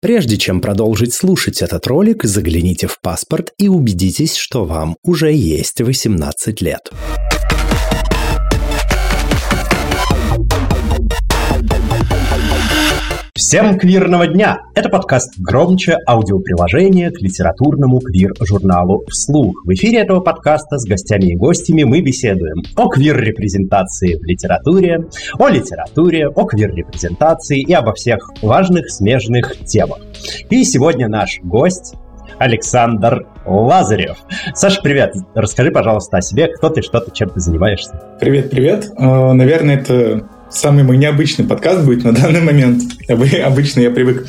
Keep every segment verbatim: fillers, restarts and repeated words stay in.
Прежде чем продолжить слушать этот ролик, загляните в паспорт и убедитесь, что вам уже есть восемнадцать лет. Всем квирного дня! Это подкаст «Громче» аудиоприложение к литературному квир-журналу «Вслух». В эфире этого подкаста с гостями и гостями мы беседуем о квир-репрезентации в литературе, о литературе, о квир-репрезентации и обо всех важных смежных темах. И сегодня наш гость Александр Лазарев. Саша, привет! Расскажи, пожалуйста, о себе. Кто ты, что ты, чем ты занимаешься? Привет-привет! Наверное, это самый мой необычный подкаст будет на данный момент. Обычно я привык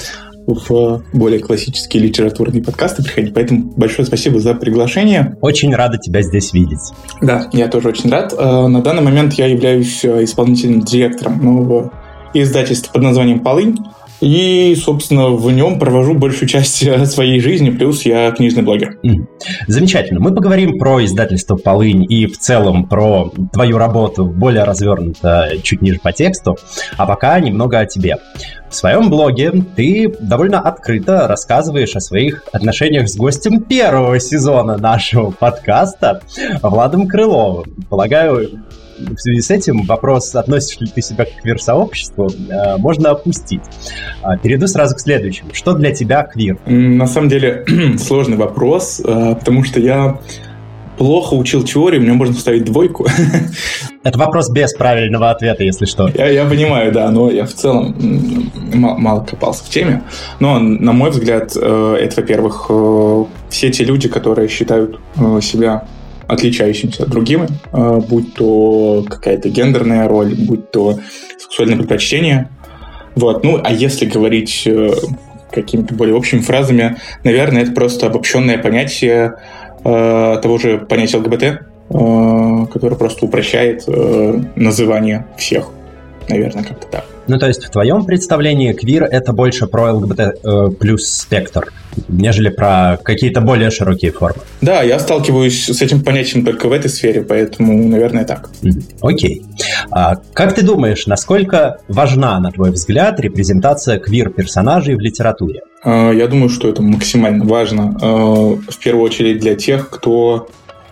в более классические литературные подкасты приходить, поэтому большое спасибо за приглашение. Очень рада тебя здесь видеть. Да, я тоже очень рад. На данный момент я являюсь исполнительным директором нового издательства под названием «Полынь». И, собственно, в нем провожу большую часть своей жизни, плюс я книжный блогер. Mm. Замечательно. Мы поговорим про издательство «Полынь» и в целом про твою работу более развернуто чуть ниже по тексту, а пока немного о тебе. В своем блоге ты довольно открыто рассказываешь о своих отношениях с гостем первого сезона нашего подкаста Владом Крыловым. Полагаю, в связи с этим вопрос, относишь ли ты себя к квир-сообществу, можно опустить. Перейду сразу к следующему. Что для тебя квир? На самом деле сложный вопрос, потому что я плохо учил теорию, мне можно ставить двойку. Это вопрос без правильного ответа, если что. Я, я понимаю, да, но я в целом мало, мало копался в теме. Но, на мой взгляд, это, во-первых, все те люди, которые считают себя отличающимся от другими, будь то какая-то гендерная роль, будь то сексуальное предпочтение. Вот. Ну, а если говорить какими-то более общими фразами, наверное, это просто обобщенное понятие того же понятия ЛГБТ, которое просто упрощает называние всех. Наверное, как-то так. Ну, то есть в твоем представлении квир — это больше про ЛГБТ э, плюс спектр, нежели про какие-то более широкие формы. Да, я сталкиваюсь с этим понятием только в этой сфере, поэтому, наверное, так. Окей. А как ты думаешь, насколько важна, на твой взгляд, репрезентация квир-персонажей в литературе? Я думаю, что это максимально важно. В первую очередь для тех, кто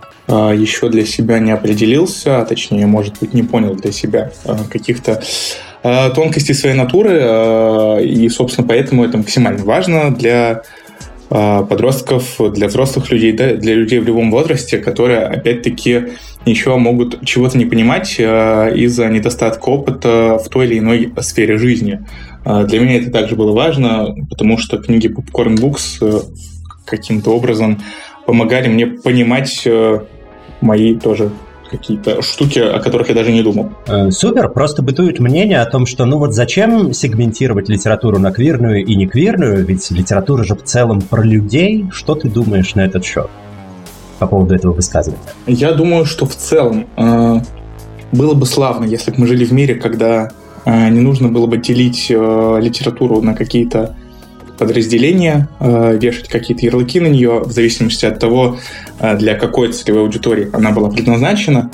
еще для себя не определился, а точнее, может быть, не понял для себя каких-то тонкостей своей натуры, и, собственно, поэтому это максимально важно для подростков, для взрослых людей, да, для людей в любом возрасте, которые, опять-таки, еще могут чего-то не понимать из-за недостатка опыта в той или иной сфере жизни. Для меня это также было важно, потому что книги Popcorn Books каким-то образом помогали мне понимать мои тоже какие-то штуки, о которых я даже не думал. Супер. Просто бытует мнение о том, что ну вот зачем сегментировать литературу на квирную и неквирную, ведь литература же в целом про людей. Что ты думаешь на этот счет по поводу этого высказывания? Я думаю, что в целом э, было бы славно, если бы мы жили в мире, когда э, не нужно было бы делить э, литературу на какие-то подразделения, вешать какие-то ярлыки на нее в зависимости от того, для какой целевой аудитории она была предназначена.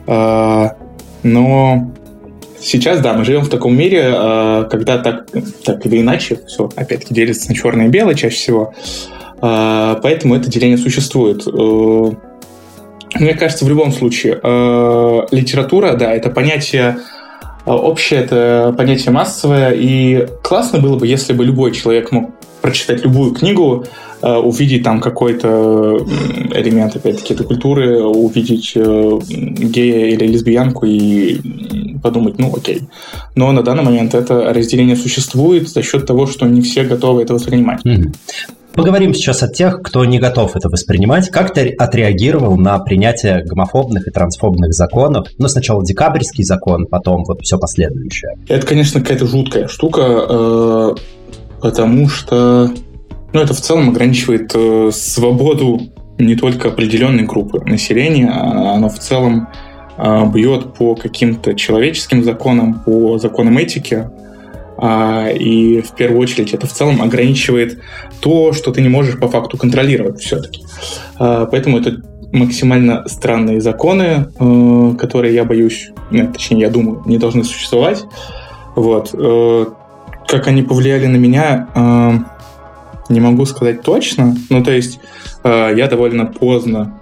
Но сейчас, да, мы живем в таком мире, когда так, так или иначе все, опять-таки, делится на черное и белое чаще всего. Поэтому это деление существует. Мне кажется, в любом случае, литература, да, это понятие общее, это понятие массовое, и классно было бы, если бы любой человек мог прочитать любую книгу, увидеть там какой-то элемент, опять-таки, этой культуры, увидеть гея или лесбиянку и подумать, ну окей. Но на данный момент это разделение существует за счет того, что не все готовы это воспринимать. Mm-hmm. Поговорим сейчас о тех, кто не готов это воспринимать. Как ты отреагировал на принятие гомофобных и трансфобных законов? Ну, сначала декабрьский закон, потом вот все последующее. Это, конечно, какая-то жуткая штука, потому что ну, это в целом ограничивает свободу не только определенной группы населения, а оно в целом бьет по каким-то человеческим законам, по законам этики. И в первую очередь это в целом ограничивает то, что ты не можешь по факту контролировать все-таки. Поэтому это максимально странные законы, которые, я боюсь, точнее, я думаю, не должны существовать. Вот. Как они повлияли на меня? не могу сказать точно. Ну, то есть я довольно поздно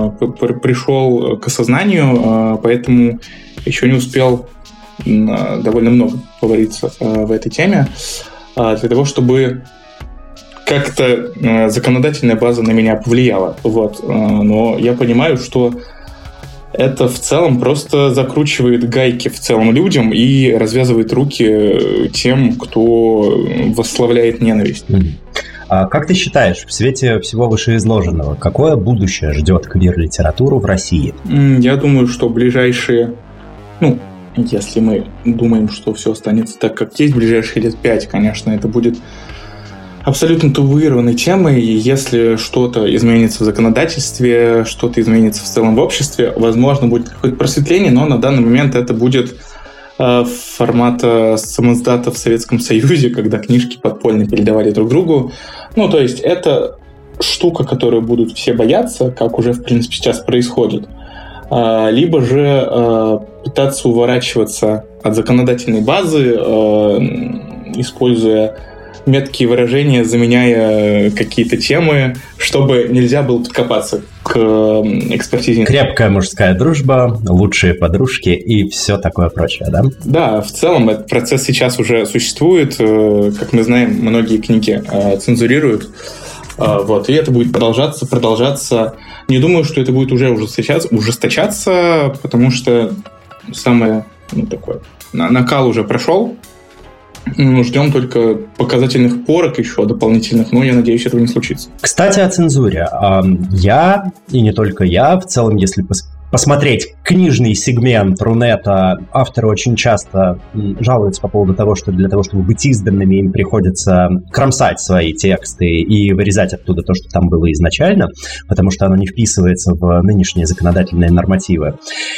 пришел к осознанию, поэтому еще не успел довольно много повариться в этой теме для того, чтобы как-то законодательная база на меня повлияла. Вот. Но я понимаю, что это в целом просто закручивает гайки в целом людям и развязывает руки тем, кто восславляет ненависть. Mm-hmm. А как ты считаешь, в свете всего вышеизложенного, какое будущее ждет квир-литературу в России? Я думаю, что ближайшие, ну, если мы думаем, что все останется так, как есть, ближайшие лет пять, конечно, это будет абсолютно табуированной темой, и если что-то изменится в законодательстве, что-то изменится в целом в обществе, возможно, будет какое-то просветление, но на данный момент это будет э, формата самоздата в Советском Союзе, когда книжки подпольно передавали друг другу. Ну, то есть это штука, которую будут все бояться, как уже, в принципе, сейчас происходит. Э, либо же э, пытаться уворачиваться от законодательной базы, э, используя меткие выражения, заменяя какие-то темы, чтобы нельзя было подкопаться к экспертизе. Крепкая мужская дружба, лучшие подружки и все такое прочее, да? Да, в целом этот процесс сейчас уже существует. Как мы знаем, многие книги цензурируют. Вот, и это будет продолжаться, продолжаться. Не думаю, что это будет уже ужесточаться, ужесточаться, потому что самое, ну, такое, накал уже прошел. Ждем только показательных порок еще дополнительных, но я надеюсь, этого не случится. Кстати, о цензуре. Я, и не только я, в целом, если посмотреть книжный сегмент Рунета, авторы очень часто жалуются по поводу того, что для того, чтобы быть изданными, им приходится кромсать свои тексты и вырезать оттуда то, что там было изначально, потому что оно не вписывается в нынешние законодательные нормативы.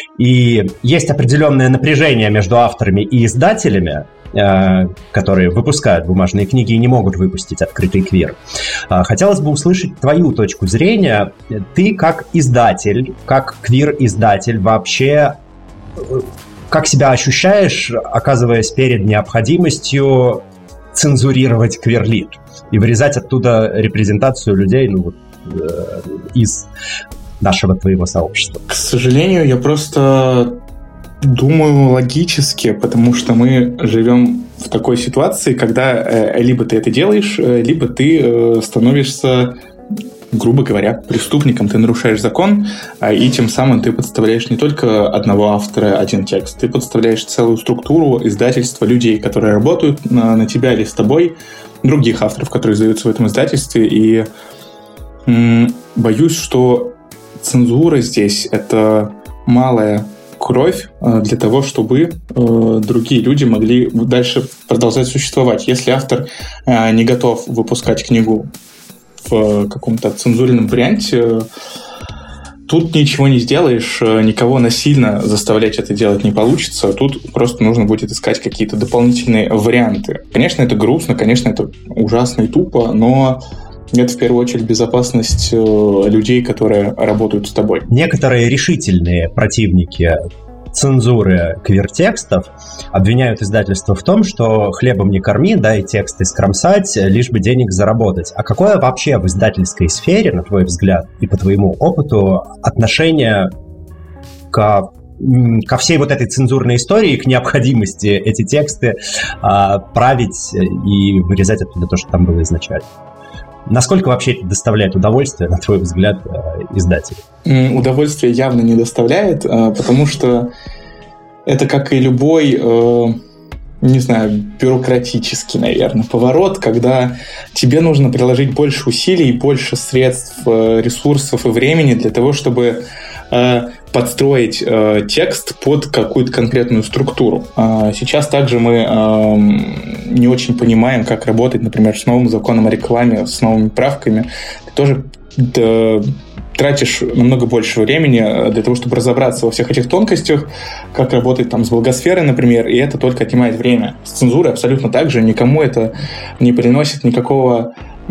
И есть определенное напряжение между авторами и издателями, которые выпускают бумажные книги и не могут выпустить открытый квир. Хотелось бы услышать твою точку зрения. Ты как издатель, как квир-издатель вообще, как себя ощущаешь, оказываясь перед необходимостью цензурировать квирлит и вырезать оттуда репрезентацию людей, ну, вот, из нашего твоего сообщества? К сожалению, я просто думаю логически, потому что мы живем в такой ситуации, когда э, либо ты это делаешь, э, либо ты э, становишься, грубо говоря, преступником, ты нарушаешь закон, э, и тем самым ты подставляешь не только одного автора, один текст, ты подставляешь целую структуру, издательства, людей, которые работают на, на тебя или с тобой, других авторов, которые издаются в этом издательстве, и м- боюсь, что цензура здесь — это малая кровь для того, чтобы э, другие люди могли дальше продолжать существовать. Если автор э, не готов выпускать книгу в каком-то цензурном варианте, тут ничего не сделаешь, никого насильно заставлять это делать не получится. Тут просто нужно будет искать какие-то дополнительные варианты. Конечно, это грустно, конечно, это ужасно и тупо, но это в первую очередь безопасность людей, которые работают с тобой. Некоторые решительные противники цензуры квир-текстов обвиняют издательство в том, что хлебом не корми, дай тексты скромсать, лишь бы денег заработать. А какое вообще в издательской сфере, на твой взгляд и по твоему опыту, отношение к ко всей вот этой цензурной истории, к необходимости эти тексты а, править и вырезать оттуда то, что там было изначально? Насколько вообще это доставляет удовольствие, на твой взгляд, издателю? Удовольствие явно не доставляет, потому что это, как и любой, не знаю, бюрократический, наверное, поворот, когда тебе нужно приложить больше усилий, больше средств, ресурсов и времени для того, чтобы подстроить э, текст под какую-то конкретную структуру. Э, сейчас также мы э, не очень понимаем, как работать, например, с новым законом о рекламе, с новыми правками. Ты тоже э, тратишь намного больше времени для того, чтобы разобраться во всех этих тонкостях, как работать там с благосферой, например, и это только отнимает время. С цензурой абсолютно так же, никому это не приносит никакого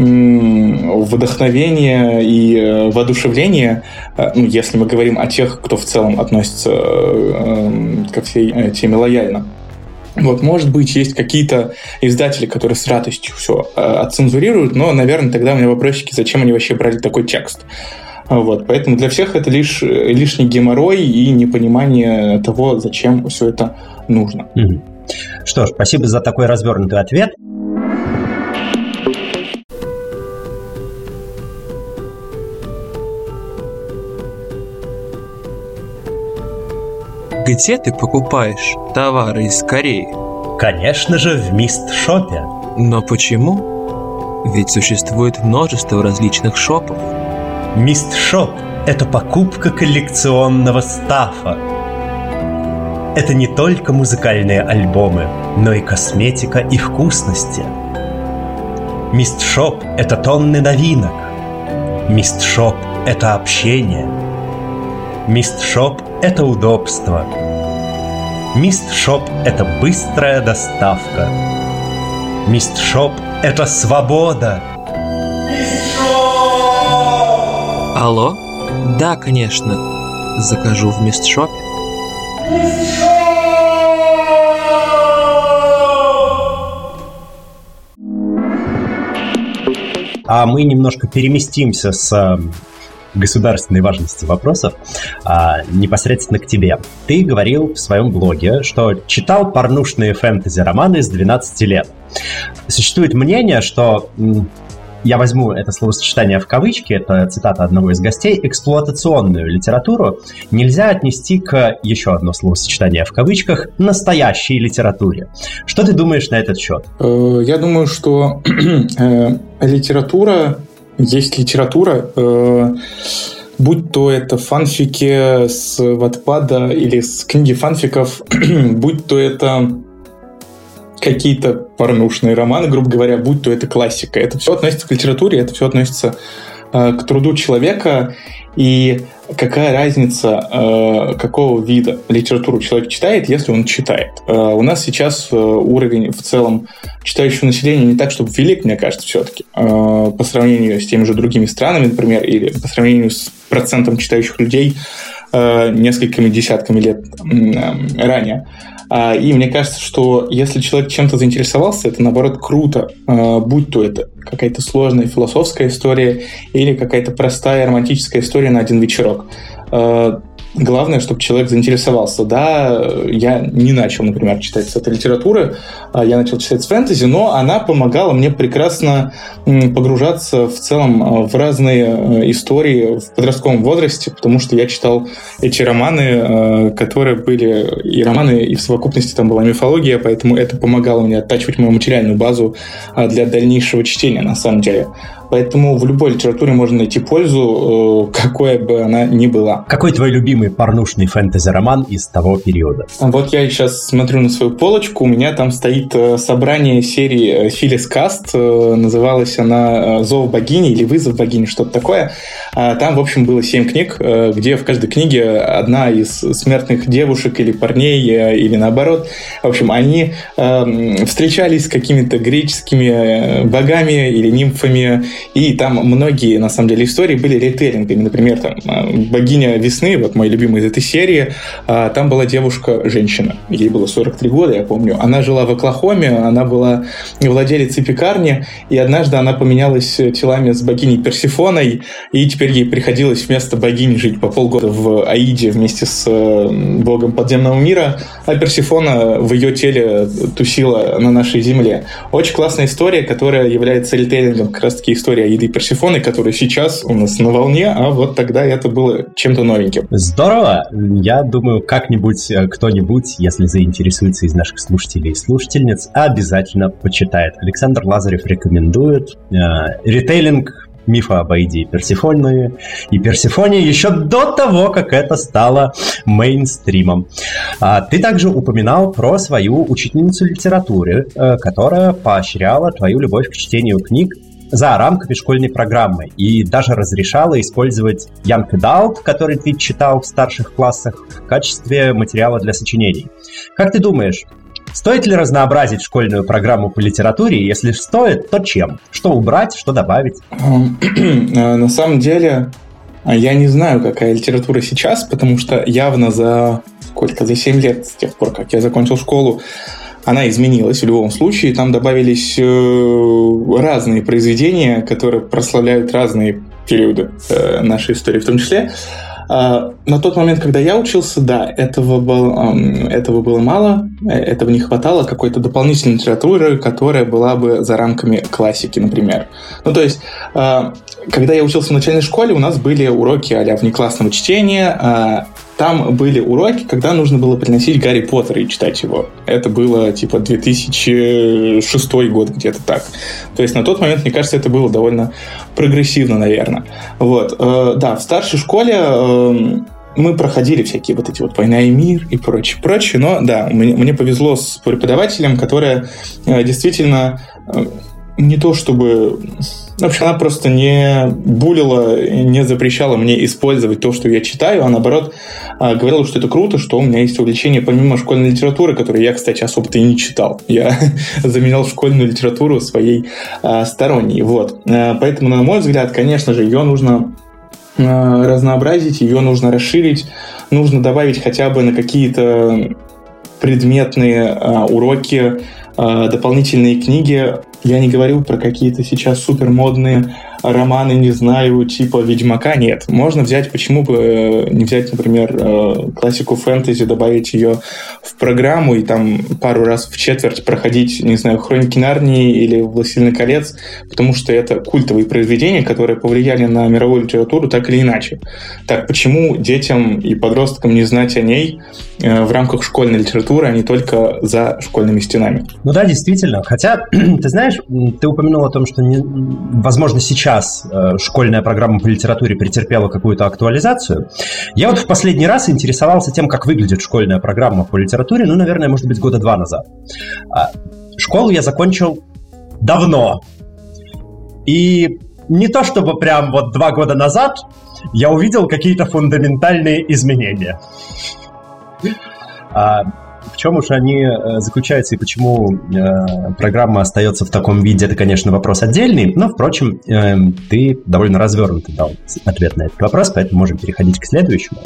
вдохновение и воодушевление, ну, если мы говорим о тех, кто в целом относится ко всей теме лояльно. Вот, может быть, есть какие-то издатели, которые с радостью все э, отцензурируют, но, наверное, тогда у меня вопросики, зачем они вообще брали такой текст. Вот, поэтому для всех это лишь лишний геморрой и непонимание того, зачем все это нужно. Mm-hmm. Что ж, спасибо за такой развернутый ответ. Где ты покупаешь товары из Кореи? Конечно же, в Мистшопе. Но почему? Ведь существует множество различных шопов. Мистшоп – это покупка коллекционного стаффа. Это не только музыкальные альбомы, но и косметика и вкусности. Мистшоп – это тонны новинок. Мистшоп – это общение. Мистшоп – это удобство. Мистшоп – это быстрая доставка. Мистшоп – это свобода. Алло? Да, конечно. Закажу в Мистшопе. А мы немножко переместимся с государственной важности вопросов а, непосредственно к тебе. Ты говорил в своем блоге, что читал порнушные фэнтези-романы с двенадцати лет. Существует мнение, что, я возьму это словосочетание в кавычки, это цитата одного из гостей, эксплуатационную литературу нельзя отнести к, еще одно словосочетание в кавычках, настоящей литературе. Что ты думаешь на этот счет? Я думаю, что литература есть литература, э, будь то это фанфики с Wattpad или с книги фанфиков, будь то это какие-то порнушные романы, грубо говоря, будь то это классика. Это все относится к литературе, это все относится э, к труду человека. И какая разница, э, какого вида литературу человек читает, если он читает. Э, у нас сейчас э, уровень в целом читающего населения не так, чтобы велик, мне кажется, все-таки, э, по сравнению с теми же другими странами, например, или по сравнению с процентом читающих людей э, несколькими десятками лет э, ранее. И мне кажется, что если человек чем-то заинтересовался, это, наоборот, круто. Будь то это какая-то сложная философская история или какая-то простая романтическая история на один вечерок. Главное, чтобы человек заинтересовался. Да, я не начал, например, читать с этой литературы, я начал читать с фэнтези, но она помогала мне прекрасно погружаться в целом в разные истории в подростковом возрасте, потому что я читал эти романы, которые были и романы, и в совокупности там была мифология, поэтому это помогало мне оттачивать мою материальную базу для дальнейшего чтения, на самом деле. Поэтому в любой литературе можно найти пользу, какой бы она ни была. Какой твой любимый порнушный фэнтези-роман из того периода? Вот я сейчас смотрю на свою полочку, у меня там стоит собрание серии Phyllis Cast, называлась она «Зов богини» или «Вызов богини», что-то такое. Там, в общем, было семь книг, где в каждой книге одна из смертных девушек или парней, или наоборот, в общем, они встречались с какими-то греческими богами или нимфами, и там многие, на самом деле, истории были ритейлингами. Например, там «Богиня весны», вот мой любимый из этой серии, там была девушка-женщина. Ей было сорок три года, я помню. Она жила в Оклахоме, она была владелицей пекарни, и однажды она поменялась телами с богиней Персифоной, и теперь ей приходилось вместо богини жить по полгода в Аиде вместе с богом подземного мира, а Персифона в ее теле тусила на нашей земле. Очень классная история, которая является ритейлингом как раз-таки история Аиды и Персифоны, которая сейчас у нас на волне, а вот тогда это было чем-то новеньким. Здорово! Я думаю, как-нибудь кто-нибудь, если заинтересуется из наших слушателей и слушательниц, обязательно почитает. Александр Лазарев рекомендует. Ритейлинг мифа об Аиде и Персифоне, и Персифоне еще до того, как это стало мейнстримом. А, ты также упоминал про свою учительницу литературы, которая поощряла твою любовь к чтению книг за рамками школьной программы и даже разрешала использовать Young Adult, который ты читал в старших классах, в качестве материала для сочинений. Как ты думаешь, стоит ли разнообразить школьную программу по литературе? Если стоит, то чем? Что убрать, что добавить? На самом деле, я не знаю, какая литература сейчас, потому что явно за сколько, за семь лет, с тех пор, как я закончил школу, она изменилась в любом случае. Там добавились э, разные произведения, которые прославляют разные периоды э, нашей истории в том числе. Uh, на тот момент, когда я учился, да, этого было, um, этого было мало, этого не хватало, какой-то дополнительной литературы, которая была бы за рамками классики, например. Ну, то есть, uh, когда я учился в начальной школе, у нас были уроки а-ля внеклассного чтения, uh, там были уроки, когда нужно было приносить Гарри Поттера и читать его. Это было, типа, две тысячи шестой год, где-то так. То есть, на тот момент, мне кажется, это было довольно прогрессивно, наверное. Вот. Да, в старшей школе мы проходили всякие вот эти вот «Война и мир» и прочее, прочее. Но, да, мне, мне повезло с преподавателем, которая действительно не то чтобы... В общем, она просто не булила, не запрещала мне использовать то, что я читаю, а наоборот говорила, что это круто, что у меня есть увлечение помимо школьной литературы, которую я, кстати, особо-то и не читал. Я заменял школьную литературу своей а, сторонней. Вот. Поэтому, на мой взгляд, конечно же, ее нужно а, разнообразить, ее нужно расширить, нужно добавить хотя бы на какие-то предметные а, уроки а, дополнительные книги. Я не говорю про какие-то сейчас супермодные романы, не знаю, типа «Ведьмака». Нет. Можно взять, почему бы не взять, например, классику фэнтези, добавить ее в программу и там пару раз в четверть проходить, не знаю, «Хроники Нарнии» или «Властелин колец», потому что это культовые произведения, которые повлияли на мировую литературу так или иначе. Так почему детям и подросткам не знать о ней в рамках школьной литературы, а не только за школьными стенами? Ну да, действительно. Хотя, ты знаешь, ты упомянул о том, что, не, возможно, сейчас э, школьная программа по литературе претерпела какую-то актуализацию. Я вот в последний раз интересовался тем, как выглядит школьная программа по литературе, ну, наверное, может быть, года два назад. А, школу я закончил давно. И не то чтобы прям вот два года назад я увидел какие-то фундаментальные изменения. А, в чем уж они заключаются и почему э, программа остается в таком виде, это, конечно, вопрос отдельный, но, впрочем, э, ты довольно развернутый дал ответ на этот вопрос, поэтому можем переходить к следующему.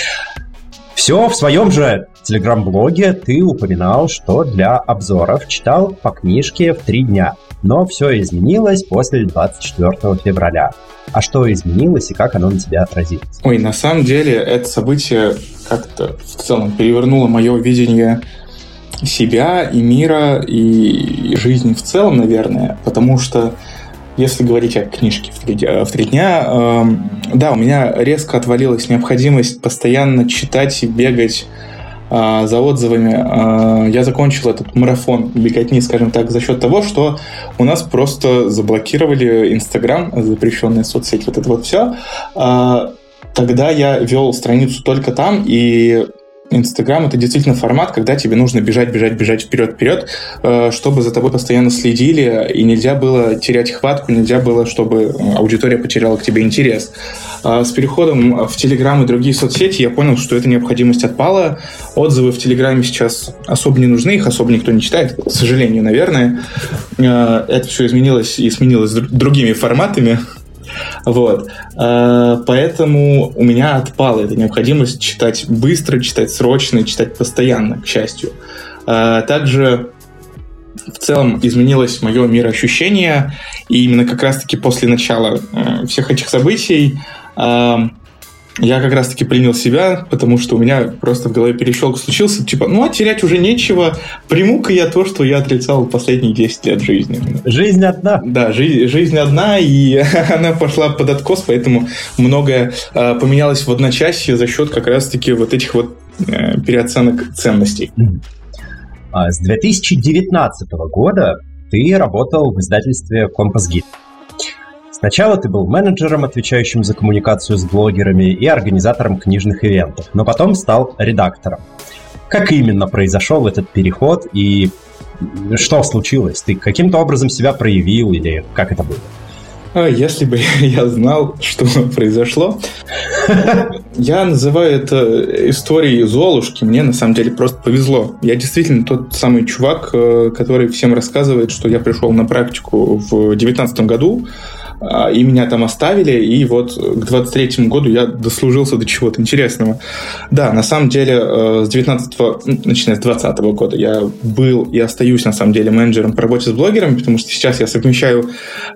Все в своем же телеграм-блоге ты упоминал, что для обзоров читал по книжке в три дня, но все изменилось после двадцать четвёртого февраля. А что изменилось и как оно на тебя отразилось? Ой, на самом деле это событие как-то в целом перевернуло мое видение себя и мира, и жизни в целом, наверное, потому что если говорить о книжке в три, в три дня, э, да, у меня резко отвалилась необходимость постоянно читать и бегать э, за отзывами. Э, я закончил этот марафон беготни, скажем так, за счет того, что у нас просто заблокировали Инстаграм, запрещенная соцсеть, вот это вот все. Э, тогда я вел страницу только там, и Инстаграм — это действительно формат, когда тебе нужно бежать, бежать, бежать вперед-вперед, чтобы за тобой постоянно следили, и нельзя было терять хватку, нельзя было, чтобы аудитория потеряла к тебе интерес. С переходом в Телеграм и другие соцсети я понял, что эта необходимость отпала. Отзывы в Телеграме сейчас особо не нужны, их особо никто не читает, к сожалению, наверное. Это все изменилось и сменилось другими форматами. Вот. Поэтому у меня отпала эта необходимость читать быстро, читать срочно, читать постоянно, к счастью. Также в целом изменилось мое мироощущение, и именно как раз-таки после начала всех этих событий я как раз-таки принял себя, потому что у меня просто в голове перещелк случился, типа, ну, а терять уже нечего, приму-ка я то, что я отрицал последние десять лет жизни. Жизнь одна. Да, жизнь, жизнь одна, и она пошла под откос, поэтому многое э, поменялось в одночасье за счет как раз-таки вот этих вот э, переоценок ценностей. С две тысячи девятнадцатого года ты работал в издательстве «Компас Гид». Сначала ты был менеджером, отвечающим за коммуникацию с блогерами и организатором книжных ивентов, но потом стал редактором. Как именно произошел этот переход и что случилось? Ты каким-то образом себя проявил или как это было? Если бы я знал, что произошло. Я называю это историей Золушки. Мне на самом деле просто повезло. Я действительно тот самый чувак, который всем рассказывает, что я пришел на практику в девятнадцатом году. и меня там оставили, и вот к двадцать третьему году я дослужился до чего-то интересного. Да, на самом деле с девятнадцатого, начиная с двадцатого года я был и остаюсь на самом деле менеджером по работе с блогерами, потому что сейчас я совмещаю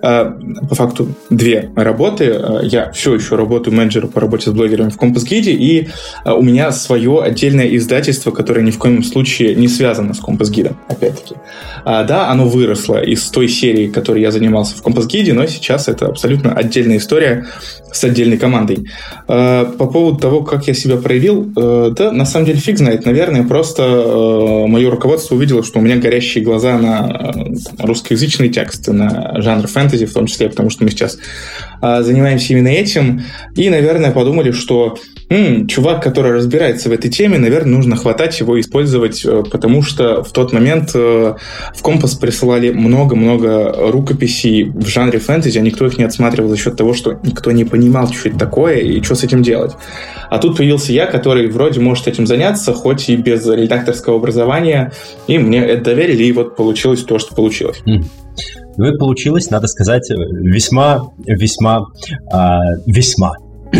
по факту две работы. Я все еще работаю менеджером по работе с блогерами в Компас-гиде, и у меня свое отдельное издательство, которое ни в коем случае не связано с Компас-гидом, опять-таки. Да, оно выросло из той серии, которой я занимался в Компас-гиде, но сейчас это абсолютно отдельная история с отдельной командой. По поводу того, как я себя проявил, да, на самом деле фиг знает. Наверное, просто мое руководство увидело, что у меня горящие глаза на русскоязычные тексты, на жанр фэнтези в том числе, потому что мы сейчас занимаемся именно этим, и, наверное, подумали, что м-м, чувак, который разбирается в этой теме, наверное, нужно хватать его и использовать, потому что в тот момент в Компас присылали много-много рукописей в жанре фэнтези, а никто их не отсматривал за счет того, что никто не понимал, что это такое и что с этим делать. А тут появился я, который вроде может этим заняться, хоть и без редакторского образования, и мне это доверили, и вот получилось то, что получилось. Mm. Ну и получилось, надо сказать, весьма, весьма, э, весьма.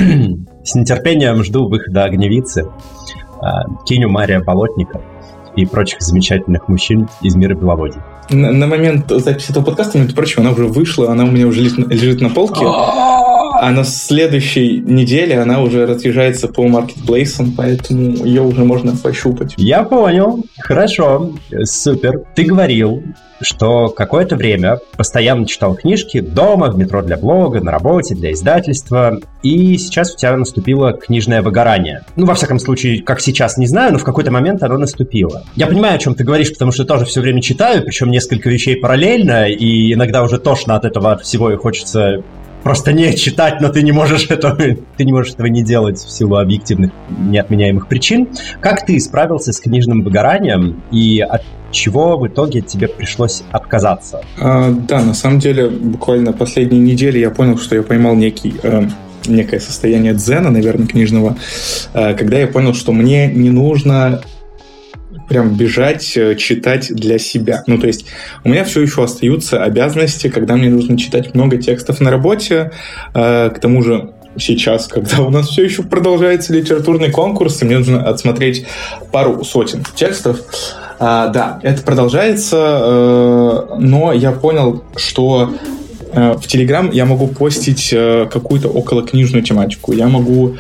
С нетерпением жду выхода «Огневицы», э, Киню Мария Болотника и прочих замечательных мужчин из мира Беловодья. На, на момент записи этого подкаста, между прочим, она уже вышла, она у меня уже лежит, лежит на полке. А на следующей неделе она уже разъезжается по маркетплейсам, поэтому ее уже можно пощупать. Я понял. Хорошо. Супер. Ты говорил, что какое-то время постоянно читал книжки дома, в метро для блога, на работе, для издательства. И сейчас у тебя наступило книжное выгорание. Ну, во всяком случае, как сейчас, не знаю, но в какой-то момент оно наступило. Я понимаю, о чем ты говоришь, потому что тоже все время читаю, причем несколько вещей параллельно, и иногда уже тошно от этого от всего, и хочется просто не читать, но ты не можешь этого, ты не можешь этого не делать в силу объективных неотменяемых причин. Как ты справился с книжным выгоранием и от чего в итоге тебе пришлось отказаться? А, да, на самом деле, буквально последние недели я понял, что я поймал некий, э, некое состояние дзена, наверное, книжного, э, когда я понял, что мне не нужно прям бежать, читать для себя. Ну, то есть у меня все еще остаются обязанности, когда мне нужно читать много текстов на работе. К тому же сейчас, когда у нас все еще продолжается литературный конкурс, и мне нужно отсмотреть пару сотен текстов. Да, это продолжается, но я понял, что в Telegram я могу постить какую-то околокнижную тематику. Я могу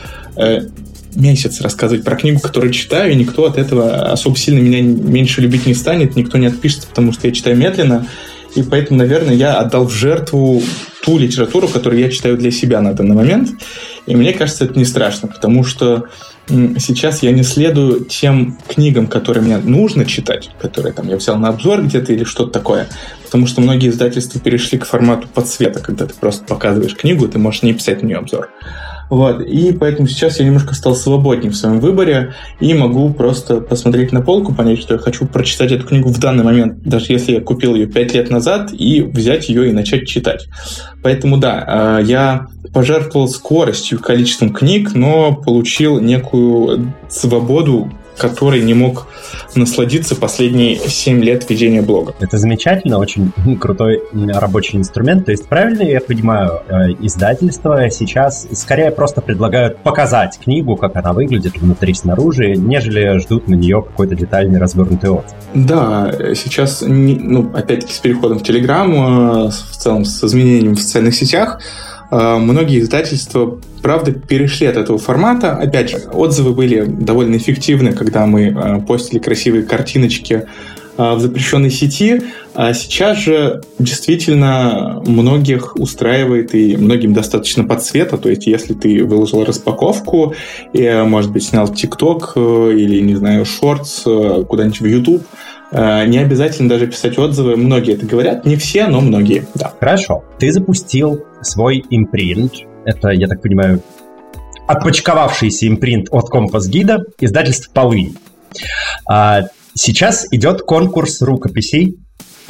месяц рассказывать про книгу, которую читаю, и никто от этого особо сильно меня меньше любить не станет, никто не отпишется, потому что я читаю медленно, и поэтому, наверное, я отдал в жертву ту литературу, которую я читаю для себя на данный момент, и мне кажется, это не страшно, потому что сейчас я не следую тем книгам, которые мне нужно читать, которые там я взял на обзор где-то или что-то такое, потому что многие издательства перешли к формату подсвета, когда ты просто показываешь книгу, ты можешь не писать на нее обзор. Вот, и поэтому сейчас я немножко стал свободнее в своем выборе и могу просто посмотреть на полку, понять, что я хочу прочитать эту книгу в данный момент, даже если я купил ее пять лет назад, и взять ее и начать читать. Поэтому да, я пожертвовал скоростью, количеством книг, но получил некую свободу, которой не мог насладиться последние семь лет ведения блога. Это замечательно, очень крутой рабочий инструмент. То есть, правильно я понимаю, издательства сейчас скорее просто предлагают показать книгу, как она выглядит внутри, снаружи, нежели ждут на нее какой-то детальный развернутый отзыв. Да, сейчас, ну, опять-таки, с переходом в Telegram, в целом с изменением в социальных сетях, многие издательства, правда, перешли от этого формата. Опять же, отзывы были довольно эффективны, когда мы постили красивые картиночки в запрещенной сети. А сейчас же действительно многих устраивает и многим достаточно под цвета. То есть, если ты выложил распаковку, и, может быть, снял ТикТок или, не знаю, шортс куда-нибудь в YouTube, не обязательно даже писать отзывы. Многие это говорят, не все, но многие, да. Хорошо. Ты запустил свой импринт. Это, я так понимаю, отпочковавшийся импринт от Компас-гида, издательство «Полынь». А сейчас идет конкурс рукописей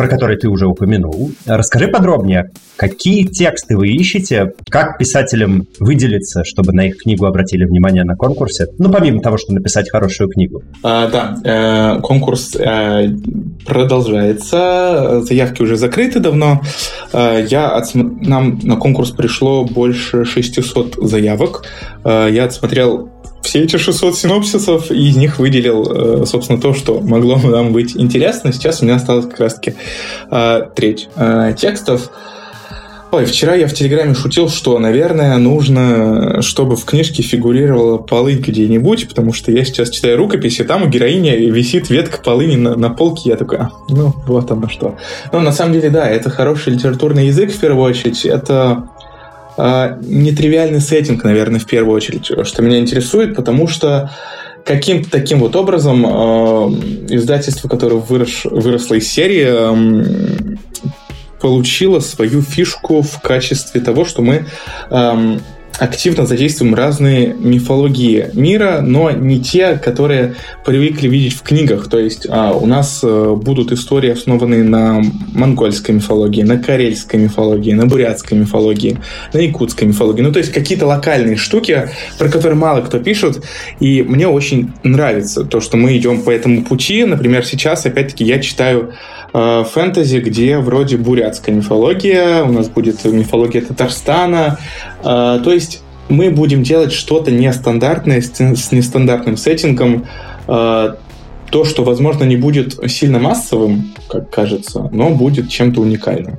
про который ты уже упомянул. Расскажи подробнее, какие тексты вы ищете, как писателям выделиться, чтобы на их книгу обратили внимание на конкурсе? Ну, помимо того, что написать хорошую книгу. А, да, э, конкурс э, продолжается, заявки уже закрыты давно. Э, я отсм... Нам на конкурс пришло больше шестисот заявок. Э, я отсмотрел все эти шестьсот синопсисов, и из них выделил, собственно, то, что могло нам быть интересно. Сейчас у меня осталось как раз-таки треть текстов. Ой, вчера я в Телеграме шутил, что, наверное, нужно, чтобы в книжке фигурировала полынь где-нибудь, потому что я сейчас читаю рукопись, и там у героини висит ветка полыни на, на полке. Я такой, а, ну, вот оно что. Но на самом деле, да, это хороший литературный язык, в первую очередь. Это нетривиальный сеттинг, наверное, в первую очередь, что меня интересует, потому что каким-то таким вот образом э, издательство, которое вырос, выросло из серии, э, получило свою фишку в качестве того, что мы э, активно задействуем разные мифологии мира, но не те, которые привыкли видеть в книгах. То есть а, у нас а, будут истории, основанные на монгольской мифологии, на карельской мифологии, на бурятской мифологии, на якутской мифологии. Ну, то есть какие-то локальные штуки, про которые мало кто пишет. И мне очень нравится то, что мы идем по этому пути. Например, сейчас, опять-таки, я читаю э, фэнтези, где вроде бурятская мифология, у нас будет мифология Татарстана. Э, то есть мы будем делать что-то нестандартное, с нестандартным сеттингом, то, что, возможно, не будет сильно массовым, как кажется, но будет чем-то уникальным.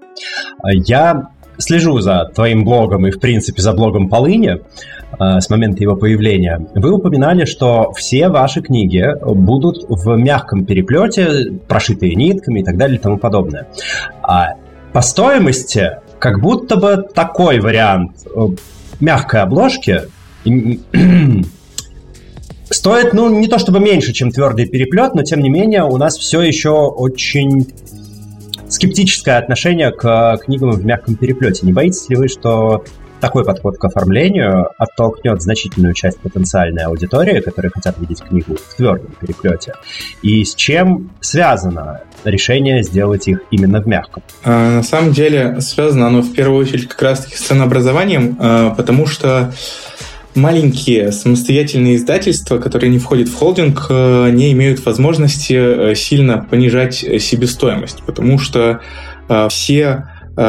Я слежу за твоим блогом и, в принципе, за блогом Полыни с момента его появления. Вы упоминали, что все ваши книги будут в мягком переплете, прошитые нитками и так далее и тому подобное. По стоимости, как будто бы такой вариант мягкой обложки стоит, ну, не то чтобы меньше, чем твердый переплет, но, тем не менее, у нас все еще очень скептическое отношение к книгам в мягком переплете. Не боитесь ли вы, что такой подход к оформлению оттолкнет значительную часть потенциальной аудитории, которые хотят видеть книгу в твердом переплете? И с чем связано решение сделать их именно в мягком? А, на самом деле связано оно в первую очередь как раз-таки с ценообразованием, а, потому что маленькие самостоятельные издательства, которые не входят в холдинг, а, не имеют возможности сильно понижать себестоимость, потому что а, все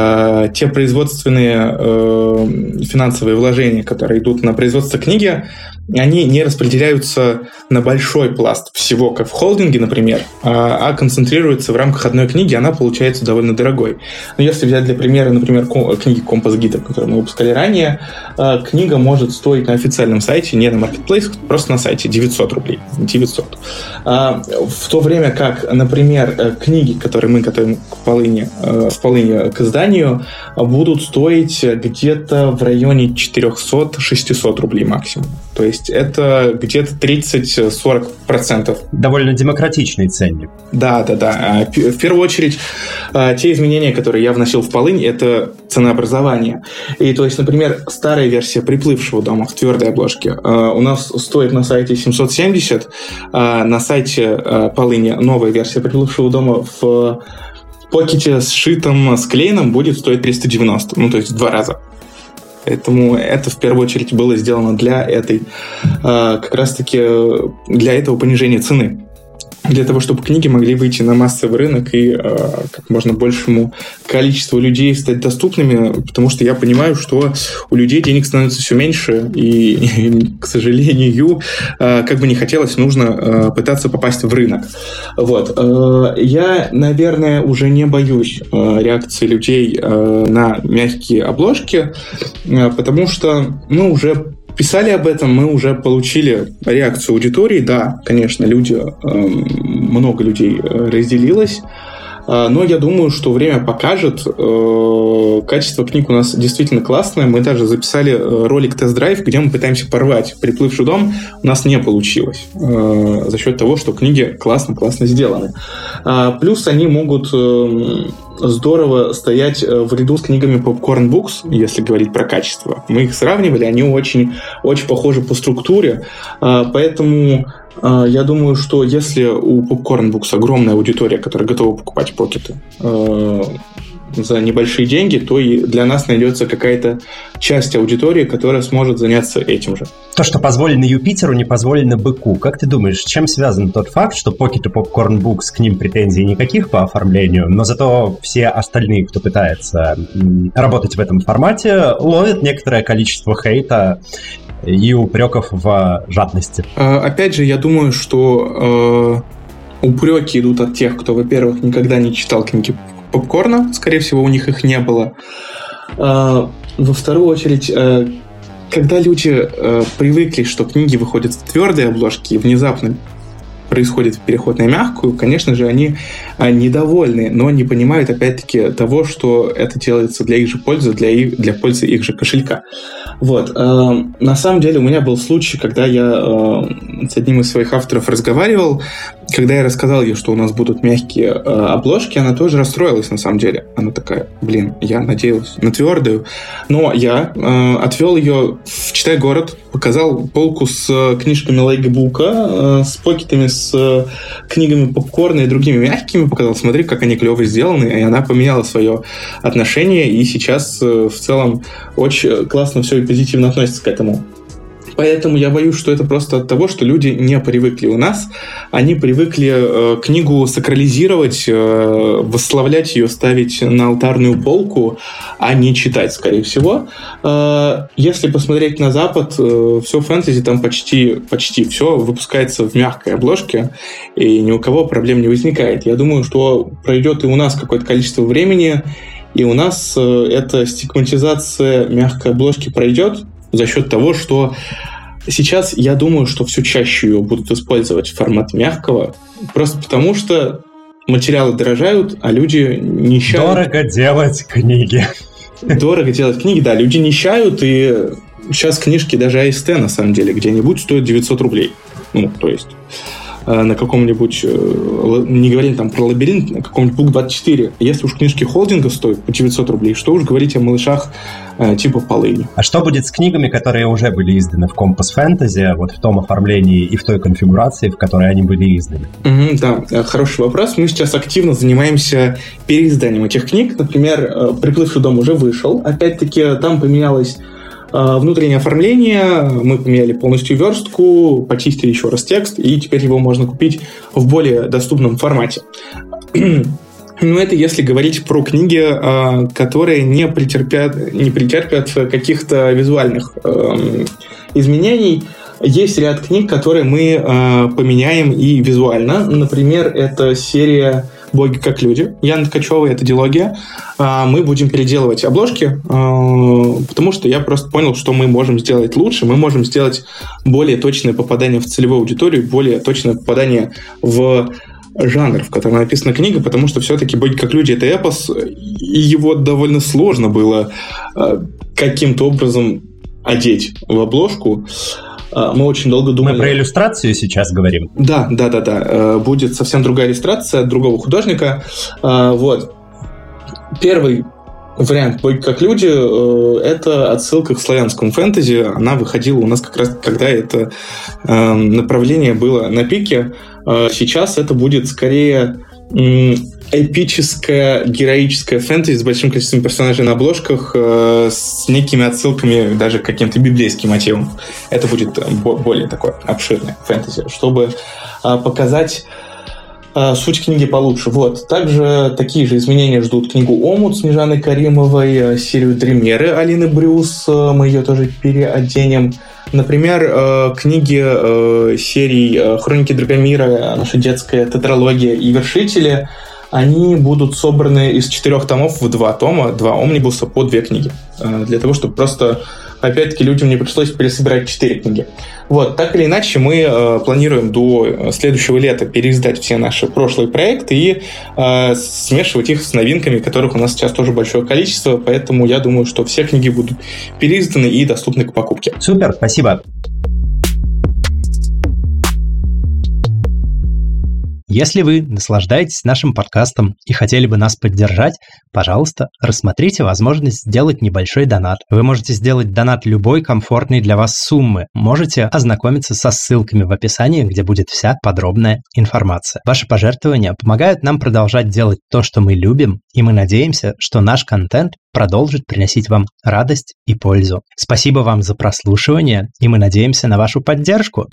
те производственные э, финансовые вложения, которые идут на производство книги, они не распределяются на большой пласт всего, как в холдинге, например, а, а концентрируются в рамках одной книги, она получается довольно дорогой. Но если взять для примера, например, книги Компас Гида, которую мы выпускали ранее, э, книга может стоить на официальном сайте, не на Marketplace, просто на сайте девятьсот рублей. девятьсот. А, в то время как, например, книги, которые мы готовим к полыни, э, в полыни к изданию, будут стоить где-то в районе четыреста-шестьсот рублей максимум. То есть это где-то тридцать-сорок процентов. Довольно демократичный ценник. Да, да, да. В первую очередь, те изменения, которые я вносил в полынь, это ценообразование. И то есть, например, старая версия «Приплывшего дома» в твердой обложке у нас стоит на сайте семьсот семьдесят, а на сайте полыни новая версия «Приплывшего дома» в покете сшитом с клееном будет стоить триста девяносто, ну то есть в два раза. Поэтому это в первую очередь было сделано для этой, как раз-таки для этого понижения цены. Для того, чтобы книги могли выйти на массовый рынок и как можно большему количеству людей стать доступными, потому что я понимаю, что у людей денег становится все меньше, и, к сожалению, как бы не хотелось, нужно пытаться попасть в рынок. Вот. Я, наверное, уже не боюсь реакции людей на мягкие обложки, потому что мы уже писали об этом, мы уже получили реакцию аудитории. Да, конечно, люди, много людей разделилось, но я думаю, что время покажет. Качество книг у нас действительно классное. Мы даже записали ролик «Тест-драйв», где мы пытаемся порвать «Приплывший дом». У нас не получилось за счет того, что книги классно-классно сделаны. Плюс они могут здорово стоять в ряду с книгами Popcorn Books, если говорить про качество. Мы их сравнивали, они очень, очень похожи по структуре, поэтому я думаю, что если у Popcorn Books огромная аудитория, которая готова покупать покеты за небольшие деньги, то и для нас найдется какая-то часть аудитории, которая сможет заняться этим же. То, что позволено Юпитеру, не позволено быку. Как ты думаешь, с чем связан тот факт, что Pocket и Popcorn Books, к ним претензий никаких по оформлению, но зато все остальные, кто пытается работать в этом формате, ловят некоторое количество хейта и упреков в жадности? Опять же, я думаю, что э, упреки идут от тех, кто, во-первых, никогда не читал книги Попкорна, скорее всего, у них их не было. Э, во вторую очередь, э, когда люди э, привыкли, что книги выходят в твердые обложки и внезапно происходит переход на мягкую, конечно же, они недовольны, но не понимают, опять-таки, того, что это делается для их же пользы, для, их, для пользы их же кошелька. Вот. На самом деле у меня был случай, когда я с одним из своих авторов разговаривал, когда я рассказал ей, что у нас будут мягкие обложки, она тоже расстроилась на самом деле. Она такая, блин, я надеялась на твердую. Но я отвел ее в «Читай город», показал полку с книжками Лейгбука, с покетами, с книгами Попкорна и другими мягкими, показал, смотри, как они клево сделаны, и она поменяла свое отношение, и сейчас в целом очень классно все и позитивно относится к этому. Поэтому я боюсь, что это просто от того, что люди не привыкли у нас. Они привыкли э, книгу сакрализировать, э, восславлять ее, ставить на алтарную полку, а не читать, скорее всего. Э, если посмотреть на Запад, э, все фэнтези там почти, почти все выпускается в мягкой обложке, и ни у кого проблем не возникает. Я думаю, что пройдет и у нас какое-то количество времени, и у нас э, эта стигматизация мягкой обложки пройдет, за счет того, что сейчас я думаю, что все чаще ее будут использовать в формате мягкого, просто потому что материалы дорожают, а люди нищают. Дорого делать книги. Дорого делать книги, да, люди нищают, и сейчас книжки даже эй эс ти на самом деле где-нибудь стоят девятьсот рублей. Ну, то есть на каком-нибудь, не говорим там про лабиринт, на каком-нибудь бук двадцать четыре. Если уж книжки холдинга стоят по девятьсот рублей, что уж говорить о малышах э, типа полыни. А что будет с книгами, которые уже были изданы в Компас Фэнтези, вот в том оформлении и в той конфигурации, в которой они были изданы? Mm-hmm, да, хороший вопрос. Мы сейчас активно занимаемся переизданием этих книг. Например, «Приплывший дом» уже вышел. Опять-таки, там поменялось внутреннее оформление, мы поменяли полностью верстку, почистили еще раз текст, и теперь его можно купить в более доступном формате. Но это если говорить про книги, которые не претерпят, не претерпят каких-то визуальных изменений. Есть ряд книг, которые мы поменяем и визуально. Например, это серия «Боги как люди» Яны Ткачевой, это дилогия. Мы будем переделывать обложки, потому что я просто понял, что мы можем сделать лучше, мы можем сделать более точное попадание в целевую аудиторию, более точное попадание в жанр, в котором написана книга, потому что все-таки «Боги как люди» — это эпос, и его довольно сложно было каким-то образом одеть в обложку. Мы очень долго думали... Мы про иллюстрацию сейчас говорим. Да, да, да, да. Будет совсем другая иллюстрация от другого художника. Вот. Первый вариант «Боги как люди» — это отсылка к славянскому фэнтези. Она выходила у нас как раз, когда это направление было на пике. Сейчас это будет скорее эпическое, героическое фэнтези с большим количеством персонажей на обложках, э, с некими отсылками даже к каким-то библейским мотивам. Это будет более такое обширное фэнтези, чтобы э, показать э, суть книги получше. Вот. Также такие же изменения ждут книгу «Омут» Снежаны Каримовой, э, серию «Дремеры» Алины Брюс, э, мы ее тоже переоденем. Например, э, книги э, серий э, «Хроники Драгомира», наша детская тетралогия и «Вершители», они будут собраны из четырех томов в два тома, два омнибуса по две книги. Э, для того, чтобы просто, опять-таки, людям не пришлось пересобирать четыре книги. Вот, так или иначе, мы э, планируем до следующего лета переиздать все наши прошлые проекты и э, смешивать их с новинками, которых у нас сейчас тоже большое количество, поэтому я думаю, что все книги будут переизданы и доступны к покупке. Супер, спасибо. Если вы наслаждаетесь нашим подкастом и хотели бы нас поддержать, пожалуйста, рассмотрите возможность сделать небольшой донат. Вы можете сделать донат любой комфортной для вас суммы. Можете ознакомиться со ссылками в описании, где будет вся подробная информация. Ваши пожертвования помогают нам продолжать делать то, что мы любим, и мы надеемся, что наш контент продолжит приносить вам радость и пользу. Спасибо вам за прослушивание, и мы надеемся на вашу поддержку.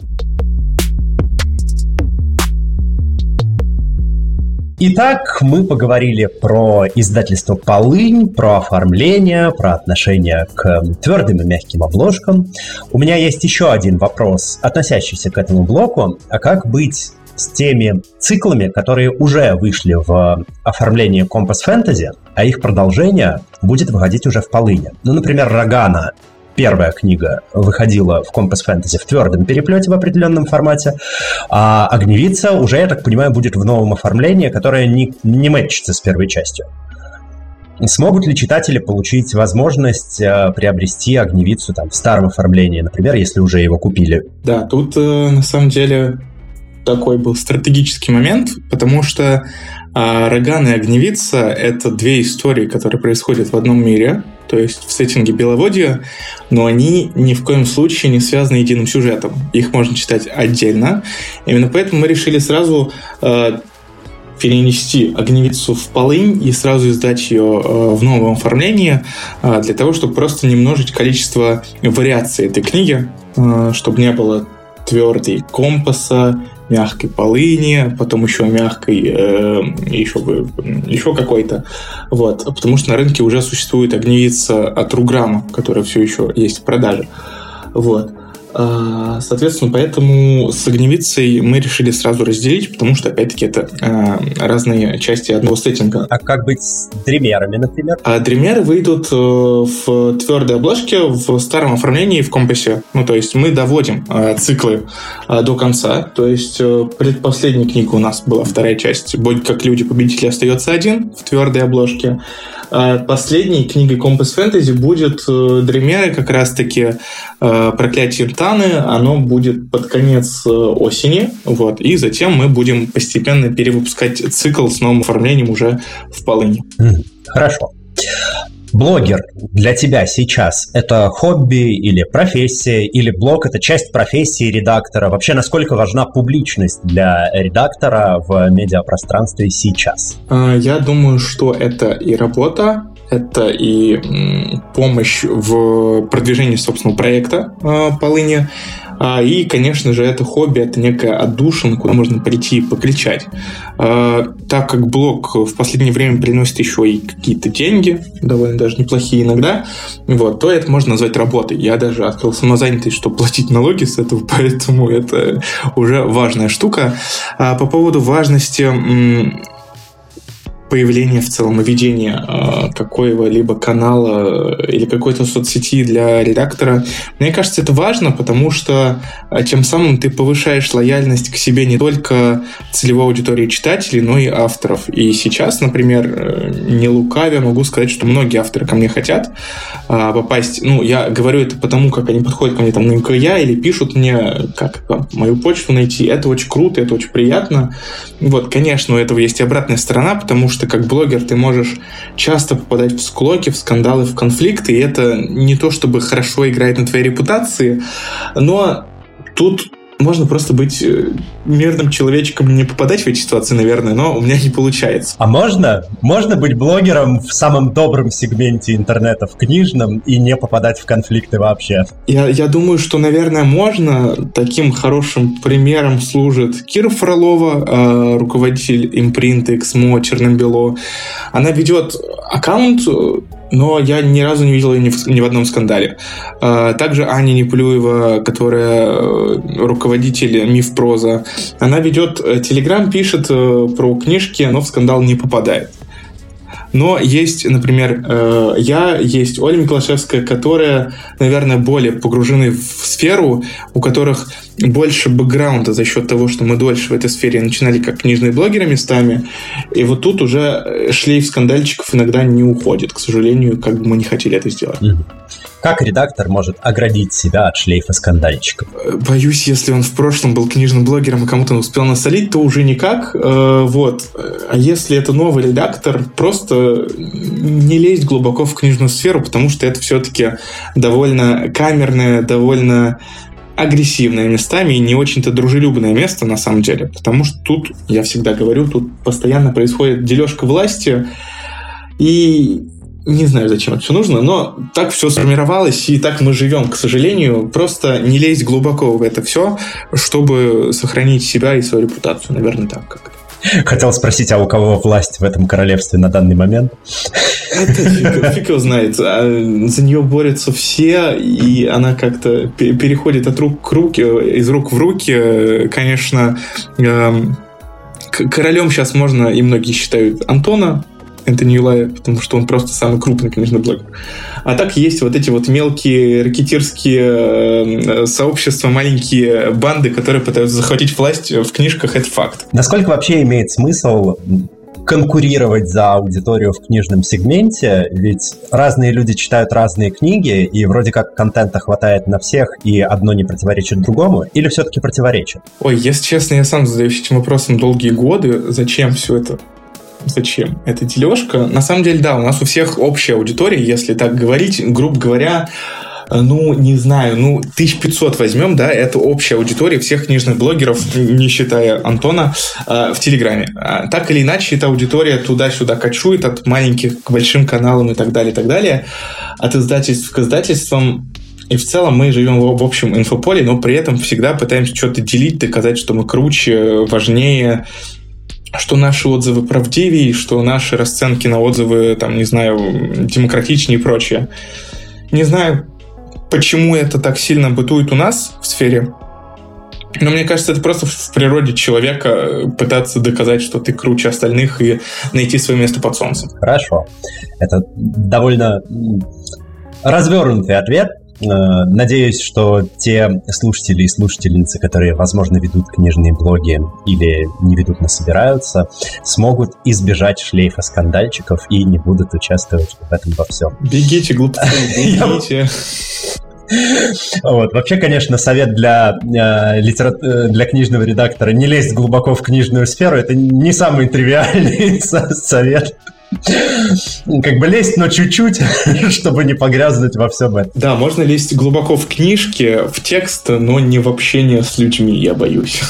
Итак, мы поговорили про издательство «Полынь», про оформление, про отношение к твердым и мягким обложкам. У меня есть еще один вопрос, относящийся к этому блоку. А как быть с теми циклами, которые уже вышли в оформлении Compass Fantasy, а их продолжение будет выходить уже в «Полыни»? Ну, например, «Рогана». Первая книга выходила в Compass Fantasy в твердом переплете в определенном формате, а «Огневица» уже, я так понимаю, будет в новом оформлении, которое не, не мэтчится с первой частью. Смогут ли читатели получить возможность э, приобрести «Огневицу» там, в старом оформлении, например, если уже его купили? Да, тут э, на самом деле такой был стратегический момент, потому что э, «Роган» и «Огневица» — это две истории, которые происходят в одном мире, то есть в сеттинге Беловодья, но они ни в коем случае не связаны единым сюжетом. Их можно читать отдельно. Именно поэтому мы решили сразу э, перенести «Огневицу» в «Полынь» и сразу издать ее э, в новом оформлении, э, для того, чтобы просто немножечко количество вариаций этой книги, э, чтобы не было твердой компаса, мягкой полыни, потом еще мягкой, э, еще, еще какой-то. Вот. Потому что на рынке уже существует «Огневица» от Руграма, которая все еще есть в продаже. Вот. Соответственно, поэтому с «Огневицей» мы решили сразу разделить, потому что, опять-таки, это э, разные части одного сеттинга. А как быть с «Дремерами», например? А «Дремеры» выйдут в твердой обложке в старом оформлении в компасе. Ну, то есть мы доводим э, циклы э, до конца. То есть э, предпоследняя книга у нас была вторая часть «Будь как люди, победители остается один» в твердой обложке. А последней книгой Compass Fantasy будет э, «Дремеры», как раз-таки э, «Проклятие Таны». Оно будет под конец э, осени. Вот, и затем мы будем постепенно перевыпускать цикл с новым оформлением уже в «Полыни». Хорошо. Блогер для тебя сейчас это хобби или профессия, или блог это часть профессии редактора? Вообще, насколько важна публичность для редактора в медиапространстве сейчас? Я думаю, что это и работа, это и помощь в продвижении собственного проекта «Полыни». И, конечно же, это хобби, это некая отдушина, куда можно прийти и покричать. Так как блог в последнее время приносит еще и какие-то деньги, довольно даже неплохие иногда, вот, то это можно назвать работой. Я даже открыл самозанятость, чтобы платить налоги с этого, поэтому это уже важная штука. По поводу важности появление в целом и ведение э, какого-либо канала или какой-то соцсети для редактора. Мне кажется, это важно, потому что э, тем самым ты повышаешь лояльность к себе не только целевой аудитории читателей, но и авторов. И сейчас, например, э, не лукавя, могу сказать, что многие авторы ко мне хотят э, попасть. Ну, я говорю это потому, как они подходят ко мне там на эм ка я или пишут мне, как там, мою почту найти. Это очень круто, это очень приятно. Вот, конечно, у этого есть и обратная сторона, потому что что как блогер ты можешь часто попадать в склоки, в скандалы, в конфликты, и это не то чтобы хорошо играет на твоей репутации, но тут можно просто быть мирным человечком, не попадать в эти ситуации, наверное, но у меня не получается. А можно? Можно быть блогером в самом добром сегменте интернета, в книжном, и не попадать в конфликты вообще? Я, я думаю, что, наверное, можно. Таким хорошим примером служит Кира Фролова, руководитель импринта Эксмо Черно-Бело. Она ведет аккаунт, но я ни разу не видел ее ни в, ни в одном скандале. Также Аня Неплюева, которая руководитель Миф Проза, она ведет Телеграм, пишет про книжки, но в скандал не попадает. Но есть, например, я, есть Оля Миклашевская, которая, наверное, более погружены в сферу, у которых больше бэкграунда за счет того, что мы дольше в этой сфере начинали как книжные блогеры местами, и вот тут уже шлейф скандальчиков иногда не уходит, к сожалению, как бы мы не хотели это сделать. Mm-hmm. Как редактор может оградить себя от шлейфа скандальчиков? Боюсь, если он в прошлом был книжным блогером и кому-то успел насолить, то уже никак. Вот. А если это новый редактор, просто не лезть глубоко в книжную сферу, потому что это все-таки довольно камерное, довольно агрессивное местами и не очень-то дружелюбное место на самом деле. Потому что тут, я всегда говорю, тут постоянно происходит дележка власти, и не знаю, зачем это все нужно, но так все сформировалось, и так мы живем, к сожалению. Просто не лезть глубоко в это все, чтобы сохранить себя и свою репутацию. Наверное, так как-то. Хотел спросить, а у кого власть в этом королевстве на данный момент? Это фиг, фиг его знает. За нее борются все, и она как-то переходит от рук к руке, из рук в руки. Конечно, королем сейчас можно, и многие считают, Антона Энтони Юлая, потому что он просто самый крупный, конечно, блогер. А так есть вот эти вот мелкие ракетирские сообщества, маленькие банды, которые пытаются захватить власть в книжках, это факт. Насколько вообще имеет смысл конкурировать за аудиторию в книжном сегменте? Ведь разные люди читают разные книги, и вроде как контента хватает на всех, и одно не противоречит другому, или все-таки противоречит? Ой, если честно, я сам задаюсь этим вопросом долгие годы. Зачем все это? Зачем? Это дележка. На самом деле, да, у нас у всех общая аудитория, если так говорить, грубо говоря, ну, не знаю, ну, тысяча пятьсот возьмем, да, это общая аудитория всех книжных блогеров, не считая Антона, в Телеграме. Так или иначе, эта аудитория туда-сюда кочует от маленьких к большим каналам и так далее, и так далее, от издательств к издательствам. И в целом мы живем в общем инфополе, но при этом всегда пытаемся что-то делить, доказать, что мы круче, важнее, что наши отзывы правдивее, что наши расценки на отзывы, там, не знаю, демократичнее и прочее. Не знаю, почему это так сильно бытует у нас в сфере, но мне кажется, это просто в природе человека пытаться доказать, что ты круче остальных и найти свое место под солнцем. Хорошо. Это довольно развернутый ответ. Надеюсь, что те слушатели и слушательницы, которые, возможно, ведут книжные блоги или не ведут, но собираются, смогут избежать шлейфа скандальчиков и не будут участвовать в этом во всем. Бегите, глупцы, бегите. Вот. Вообще, конечно, совет для, э, литера... для книжного редактора не лезть глубоко в книжную сферу — это не самый тривиальный совет. Как бы лезть, но чуть-чуть, чтобы не погрязнуть во всем этом. Да, можно лезть глубоко в книжки, в текст, но не в общение с людьми, я боюсь.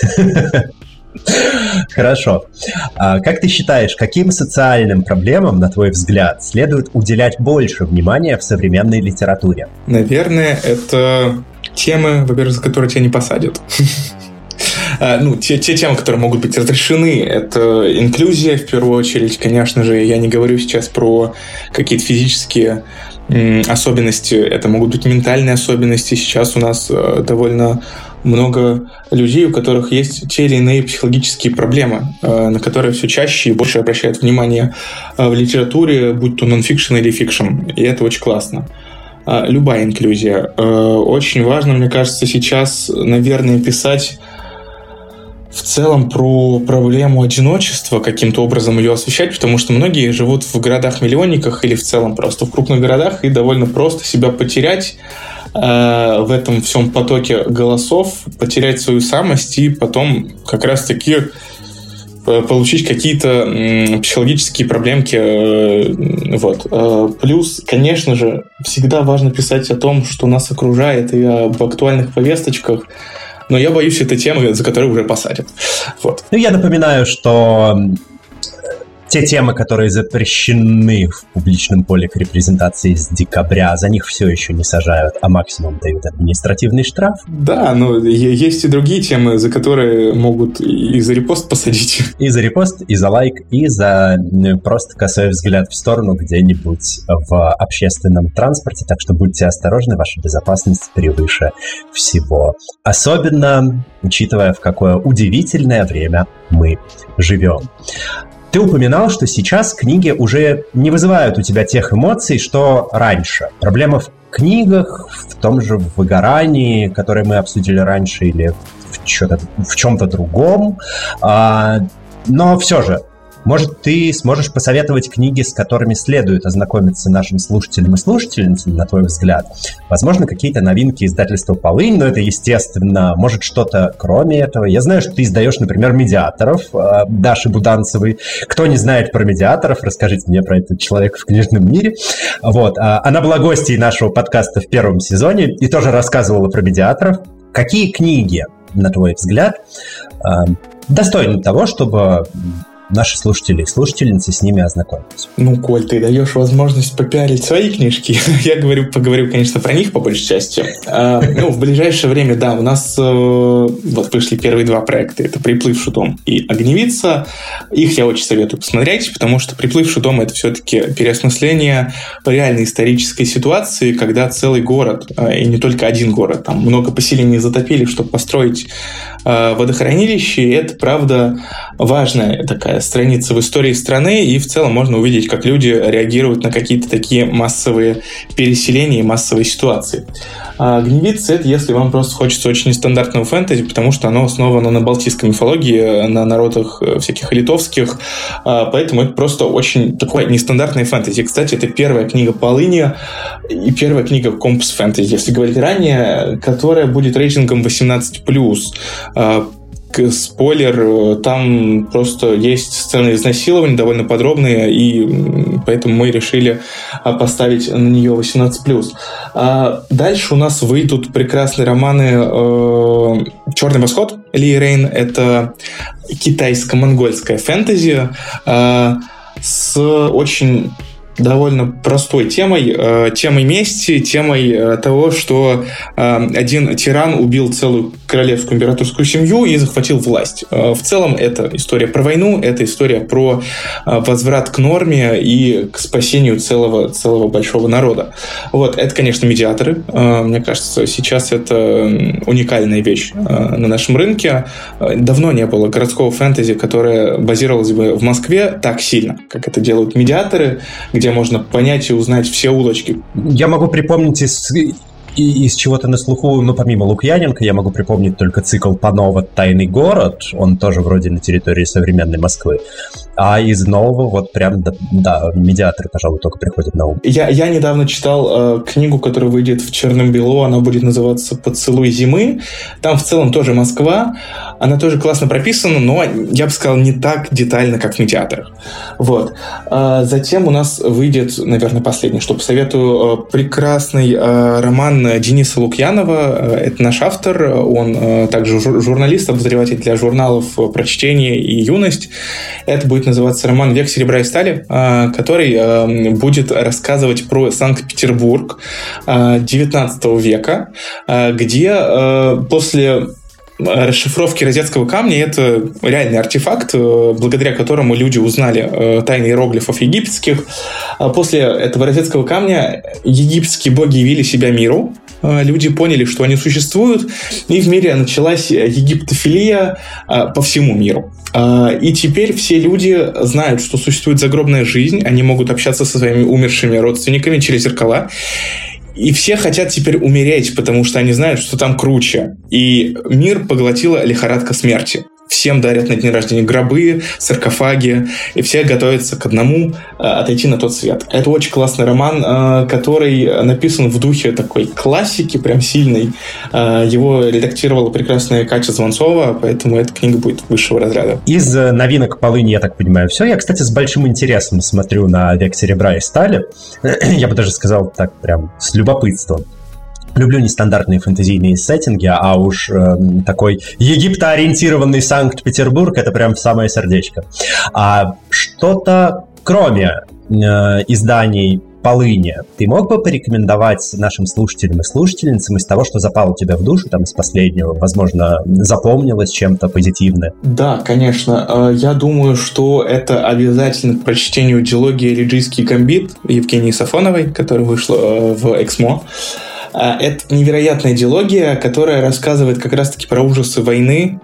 Хорошо. А как ты считаешь, каким социальным проблемам, на твой взгляд, следует уделять больше внимания в современной литературе? Наверное, это темы, во-первых, за которые тебя не посадят. Ну, те, те темы, которые могут быть разрешены, это инклюзия, в первую очередь, конечно же. Я не говорю сейчас про какие-то физические особенности, это могут быть ментальные особенности. Сейчас у нас довольно много людей, у которых есть те или иные психологические проблемы, на которые все чаще и больше обращают внимание в литературе, будь то нон-фикшн или фикшн, и это очень классно. Любая инклюзия. Очень важно, мне кажется, сейчас, наверное, писать в целом про проблему одиночества, каким-то образом ее освещать, потому что многие живут в городах-миллионниках или в целом просто в крупных городах, и довольно просто себя потерять э, в этом всем потоке голосов, потерять свою самость и потом как раз-таки получить какие-то м, психологические проблемки. Э, вот. Э, плюс, конечно же, всегда важно писать о том, что нас окружает, и об актуальных повесточках. Но я боюсь, это темы, за которые уже посадят. Вот. Ну, я напоминаю, что те темы, которые запрещены в публичном поле к репрезентации с декабря, за них все еще не сажают, а максимум дают административный штраф. Да, но есть и другие темы, за которые могут и за репост посадить. И за репост, и за лайк, и за просто косой взгляд в сторону где-нибудь в общественном транспорте. Так что будьте осторожны, ваша безопасность превыше всего. Особенно учитывая, в какое удивительное время мы живем. Ты упоминал, что сейчас книги уже не вызывают у тебя тех эмоций, что раньше. Проблема в книгах, в том же «Выгорании», которое мы обсудили раньше, или в, чё-то, в чем-то другом. А, но все же, может, ты сможешь посоветовать книги, с которыми следует ознакомиться нашим слушателям и слушательницам, на твой взгляд? Возможно, какие-то новинки издательства «Полынь», но это, естественно, может, что-то кроме этого. Я знаю, что ты издаешь, например, «Медиаторов» Даши Буданцевой. Кто не знает про «Медиаторов», расскажите мне про этот человек в книжном мире. Вот. Она была гостьей нашего подкаста в первом сезоне и тоже рассказывала про «Медиаторов». Какие книги, на твой взгляд, достойны того, чтобы наши слушатели и слушательницы с ними ознакомились? Ну, Коль, ты даешь возможность попиарить свои книжки. Я говорю, поговорю, конечно, про них по большей части. А, ну, в ближайшее время, да, у нас э, вот вышли первые два проекта. Это «Приплывший дом» и «Огневица». Их я очень советую посмотреть, потому что «Приплывший дом» — это все-таки переосмысление реальной исторической ситуации, когда целый город, э, и не только один город, там много поселений затопили, чтобы построить э, водохранилище. И это, правда, важная такая страница в истории страны, и в целом можно увидеть, как люди реагируют на какие-то такие массовые переселения и массовые ситуации. А «Огневица» — это если вам просто хочется очень нестандартного фэнтези, потому что оно основано на балтийской мифологии, на народах всяких литовских, поэтому это просто очень такое нестандартное фэнтези. Кстати, это первая книга «Полыни» и первая книга «Компас фэнтези», если говорить ранее, которая будет рейтингом восемнадцать плюс. Спойлер, там просто есть сцены изнасилования довольно подробные, и поэтому мы решили поставить на нее восемнадцать плюс. А дальше у нас выйдут прекрасные романы «Черный восход» Ли Рейн. Это китайско-монгольское фэнтези с очень довольно простой темой, э, темой мести, темой э, того, что э, один тиран убил целую королевскую императорскую семью и захватил власть. Э, в целом это история про войну, это история про э, возврат к норме и к спасению целого, целого большого народа. Вот, это, конечно, «Медиаторы». Э, мне кажется, сейчас это уникальная вещь э, на нашем рынке. Давно не было городского фэнтези, которое базировалось бы в Москве так сильно, как это делают «Медиаторы», где можно понять и узнать все улочки. Я могу припомнить из, из чего-то на слуху, ну, помимо Лукьяненко, я могу припомнить только цикл Панова «Тайный город», он тоже вроде на территории современной Москвы. А из нового вот прям, да, да «Медиаторы», пожалуй, только приходят на ум. Я, я недавно читал э, книгу, которая выйдет в Черном-Бело, она будет называться «Поцелуй зимы». Там в целом тоже Москва, она тоже классно прописана, но, я бы сказал, не так детально, как в «Медиаторах». Вот. А затем у нас выйдет, наверное, последний, что посоветую, э, прекрасный э, роман Дениса Лукьянова. Это наш автор, он э, также журналист, обозреватель для журналов «Прочтение» и «Юность». Это будет называться роман «Век серебра и стали», который будет рассказывать про Санкт-Петербург девятнадцатого века, где после расшифровки розетского камня, это реальный артефакт, благодаря которому люди узнали тайны иероглифов египетских. После этого розетского камня египетские боги явили себя миру, люди поняли, что они существуют, и в мире началась египтофилия по всему миру. И теперь все люди знают, что существует загробная жизнь, они могут общаться со своими умершими родственниками через зеркала, и все хотят теперь умереть, потому что они знают, что там круче. И мир поглотила лихорадка смерти. Всем дарят на день рождения гробы, саркофаги, и все готовятся к одному э, отойти на тот свет. Это очень классный роман, э, который написан в духе такой классики, прям сильной. Э, его редактировала прекрасная Катя Звонцова, поэтому эта книга будет высшего разряда. Из новинок «Полыни», я так понимаю, все. Я, кстати, с большим интересом смотрю на «Век серебра и стали». Я бы даже сказал так, прям с любопытством. Люблю нестандартные фэнтезийные сеттинги, а уж э, такой египтоориентированный Санкт-Петербург — это прям в самое сердечко. А что-то кроме э, изданий «Полыни» ты мог бы порекомендовать нашим слушателям и слушательницам из того, что запало тебе в душу, там, из последнего, возможно, запомнилось чем-то позитивным? Да, конечно. Я думаю, что это обязательно к прочтению дилогии «Элиджийский гамбит» Евгении Сафоновой, которая вышла в «Эксмо». Это невероятная дилогия, которая рассказывает как раз-таки про ужасы войны,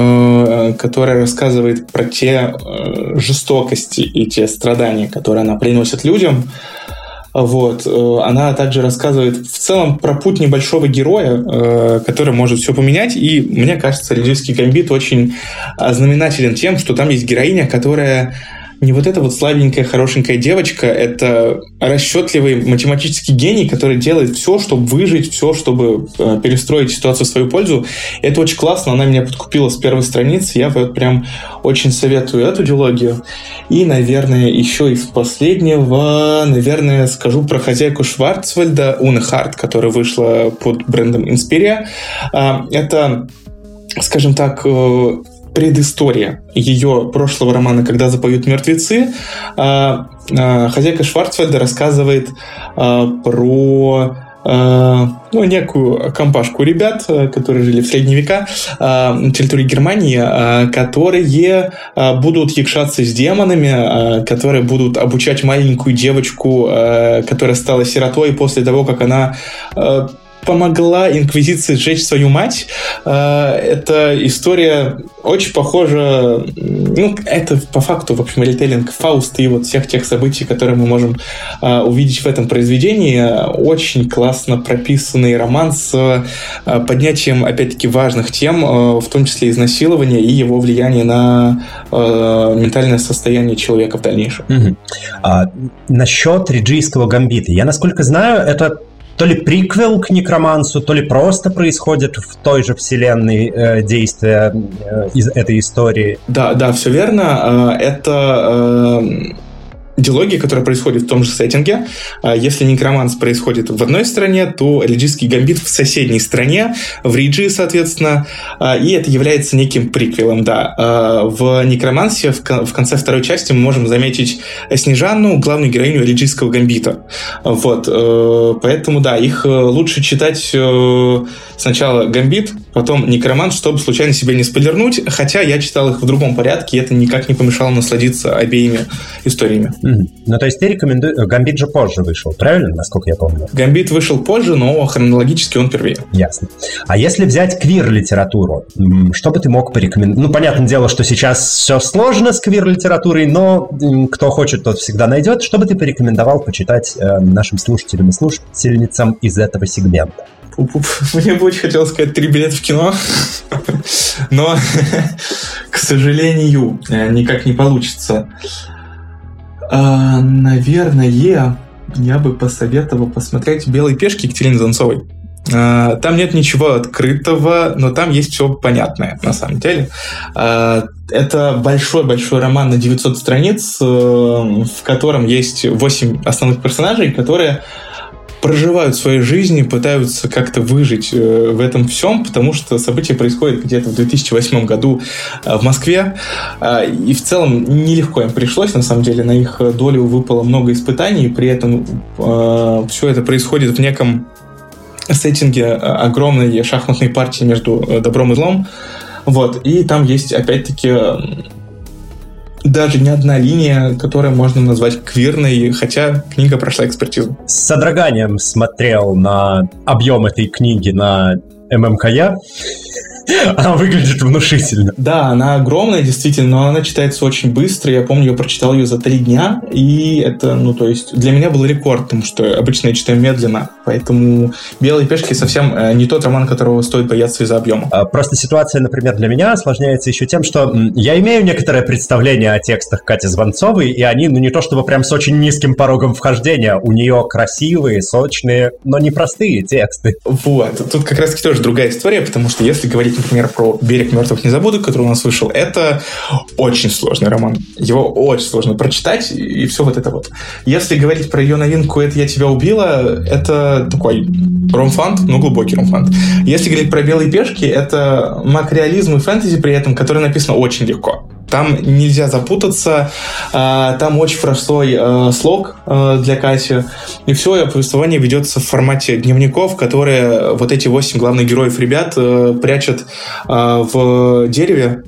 которая рассказывает про те жестокости и те страдания, которые она приносит людям. Вот. Она также рассказывает в целом про путь небольшого героя, который может все поменять. И мне кажется, «Эльфийский гамбит» очень знаменателен тем, что там есть героиня, которая не вот эта вот слабенькая, хорошенькая девочка, это расчетливый математический гений, который делает все, чтобы выжить, все, чтобы э, перестроить ситуацию в свою пользу. Это очень классно, она меня подкупила с первой страницы, я вот прям очень советую эту дилогию. И, наверное, еще из последнего, наверное, скажу про «Хозяйку Шварцвальда» Уны Харт, которая вышла под брендом Инспирия. Э, это, скажем так, э, предыстория ее прошлого романа «Когда запоют мертвецы». Хозяйка Шварцвальда рассказывает про ну, некую компашку ребят, которые жили в средние века на территории Германии, которые будут якшаться с демонами, которые будут обучать маленькую девочку, которая стала сиротой после того, как она помогла Инквизиции сжечь свою мать. Эта история очень похожа... Ну, это по факту, в общем, ритейлинг Фауста и вот всех тех событий, которые мы можем увидеть в этом произведении. Очень классно прописанный роман с поднятием, опять-таки, важных тем, в том числе изнасилования и его влияние на ментальное состояние человека в дальнейшем. Угу. А, насчет «Риджийского гамбита». Я, насколько знаю, это то ли приквел к «Некромансу», то ли просто происходит в той же вселенной э, действия э, из этой истории. Да, да, все верно. Это э, дилогия, которая происходит в том же сеттинге. Если «Некроманс» происходит в одной стране, то «Эльфийский гамбит» в соседней стране, в Риджии, соответственно, и это является неким приквелом, да. В «Некромансе» в конце второй части мы можем заметить Снежанну, главную героиню «Эльфийского гамбита». Вот. Поэтому, да, их лучше читать сначала «Гамбит», потом «Некроманс», чтобы случайно себе не спойлернуть, хотя я читал их в другом порядке, и это никак не помешало насладиться обеими историями. Ну, то есть ты рекомендуешь... «Гамбит» же позже вышел, правильно, насколько я помню? «Гамбит» вышел позже, но хронологически он первее. Ясно. А если взять квир-литературу, что бы ты мог порекомендовать? Ну, понятное дело, что сейчас все сложно с квир-литературой, но кто хочет, тот всегда найдет. Что бы ты порекомендовал почитать э, нашим слушателям и слушательницам из этого сегмента? Мне бы очень хотелось сказать «Три билета в кино», но, к сожалению, никак не получится. Наверное, я бы посоветовал посмотреть «Белые пешки» Екатерины Донцовой. Там нет ничего открытого, но там есть все понятное, на самом деле. Это большой-большой роман на девятьсот страниц, в котором есть восемь основных персонажей, которые проживают свои жизни, пытаются как-то выжить в этом всем, потому что события происходят где-то в две тысячи восьмом году в Москве, и в целом нелегко им пришлось, на самом деле на их долю выпало много испытаний, при этом все это происходит в неком сеттинге огромной шахматной партии между добром и злом, вот, и там есть опять-таки даже не одна линия, которую можно назвать квирной, хотя книга прошла экспертизу. С содроганием смотрел на объем этой книги на эм эм ка я. Она выглядит внушительно. Да, она огромная, действительно, но она читается очень быстро. Я помню, я прочитал ее за три дня, и это, ну, то есть, для меня был рекорд, потому что обычно я читаю медленно, поэтому «Белые пешки» совсем не тот роман, которого стоит бояться из-за объема. Просто ситуация, например, для меня осложняется еще тем, что я имею некоторое представление о текстах Кати Звонцовой, и они, ну, не то чтобы прям с очень низким порогом вхождения, у нее красивые, сочные, но непростые тексты. Вот, тут как раз-таки тоже другая история, потому что если говорить, например, про «Берег мертвых не забуду», который у нас вышел, это очень сложный роман. Его очень сложно прочитать, и все вот это вот. Если говорить про ее новинку «Это я тебя убила», это такой ромфант, но глубокий ромфант. Если говорить про «Белые пешки», это макреализм и фэнтези при этом, который написано очень легко. Там нельзя запутаться, там очень простой слог для Кати, и все повествование ведется в формате дневников, которые вот эти восемь главных героев ребят прячут в дереве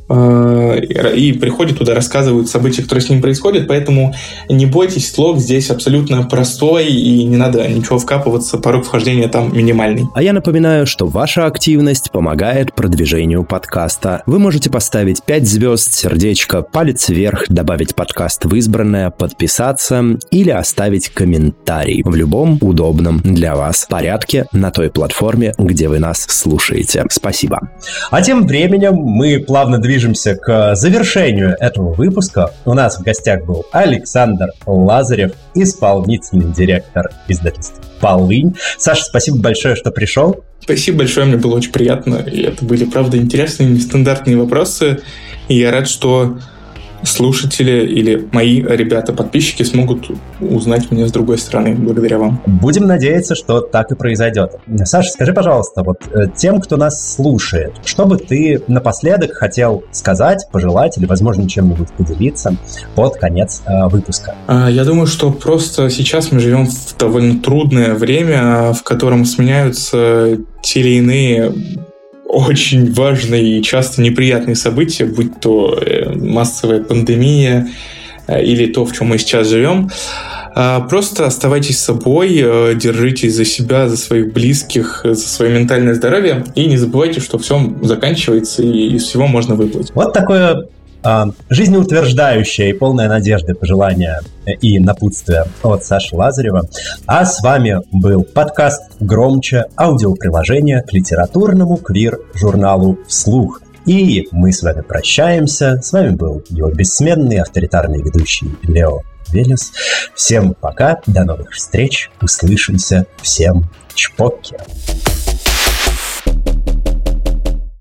и приходят туда, рассказывают события, которые с ним происходят, поэтому не бойтесь, слог здесь абсолютно простой, и не надо ничего вкапываться, порог вхождения там минимальный. А я напоминаю, что ваша активность помогает продвижению подкаста. Вы можете поставить пять звезд, сердечко сердечко, палец вверх, добавить подкаст в избранное, подписаться или оставить комментарий в любом удобном для вас порядке на той платформе, где вы нас слушаете. Спасибо. А тем временем мы плавно движемся к завершению этого выпуска. У нас в гостях был Александр Лазарев, исполнительный директор издательства «Полынь». Саша, спасибо большое, что пришел. Спасибо большое, мне было очень приятно. И это были, правда, интересные, нестандартные вопросы. И я рад, что слушатели или мои ребята-подписчики смогут узнать меня с другой стороны благодаря вам. Будем надеяться, что так и произойдет. Саша, скажи, пожалуйста, вот тем, кто нас слушает, что бы ты напоследок хотел сказать, пожелать или, возможно, чем-нибудь поделиться под конец э, выпуска? Я думаю, что просто сейчас мы живем в довольно трудное время, в котором сменяются те или иные очень важные и часто неприятные события, будь то массовая пандемия или то, в чем мы сейчас живем. Просто оставайтесь собой, держитесь за себя, за своих близких, за свое ментальное здоровье и не забывайте, что все заканчивается и из всего можно выплыть. Вот такое жизнеутверждающее и полное надежды пожелания и напутствия от Саши Лазарева. А с вами был подкаст «Громче», аудиоприложение к литературному квир-журналу «Вслух». И мы с вами прощаемся. С вами был его бессменный авторитарный ведущий Лео Велес. Всем пока, до новых встреч, услышимся, всем чпоки.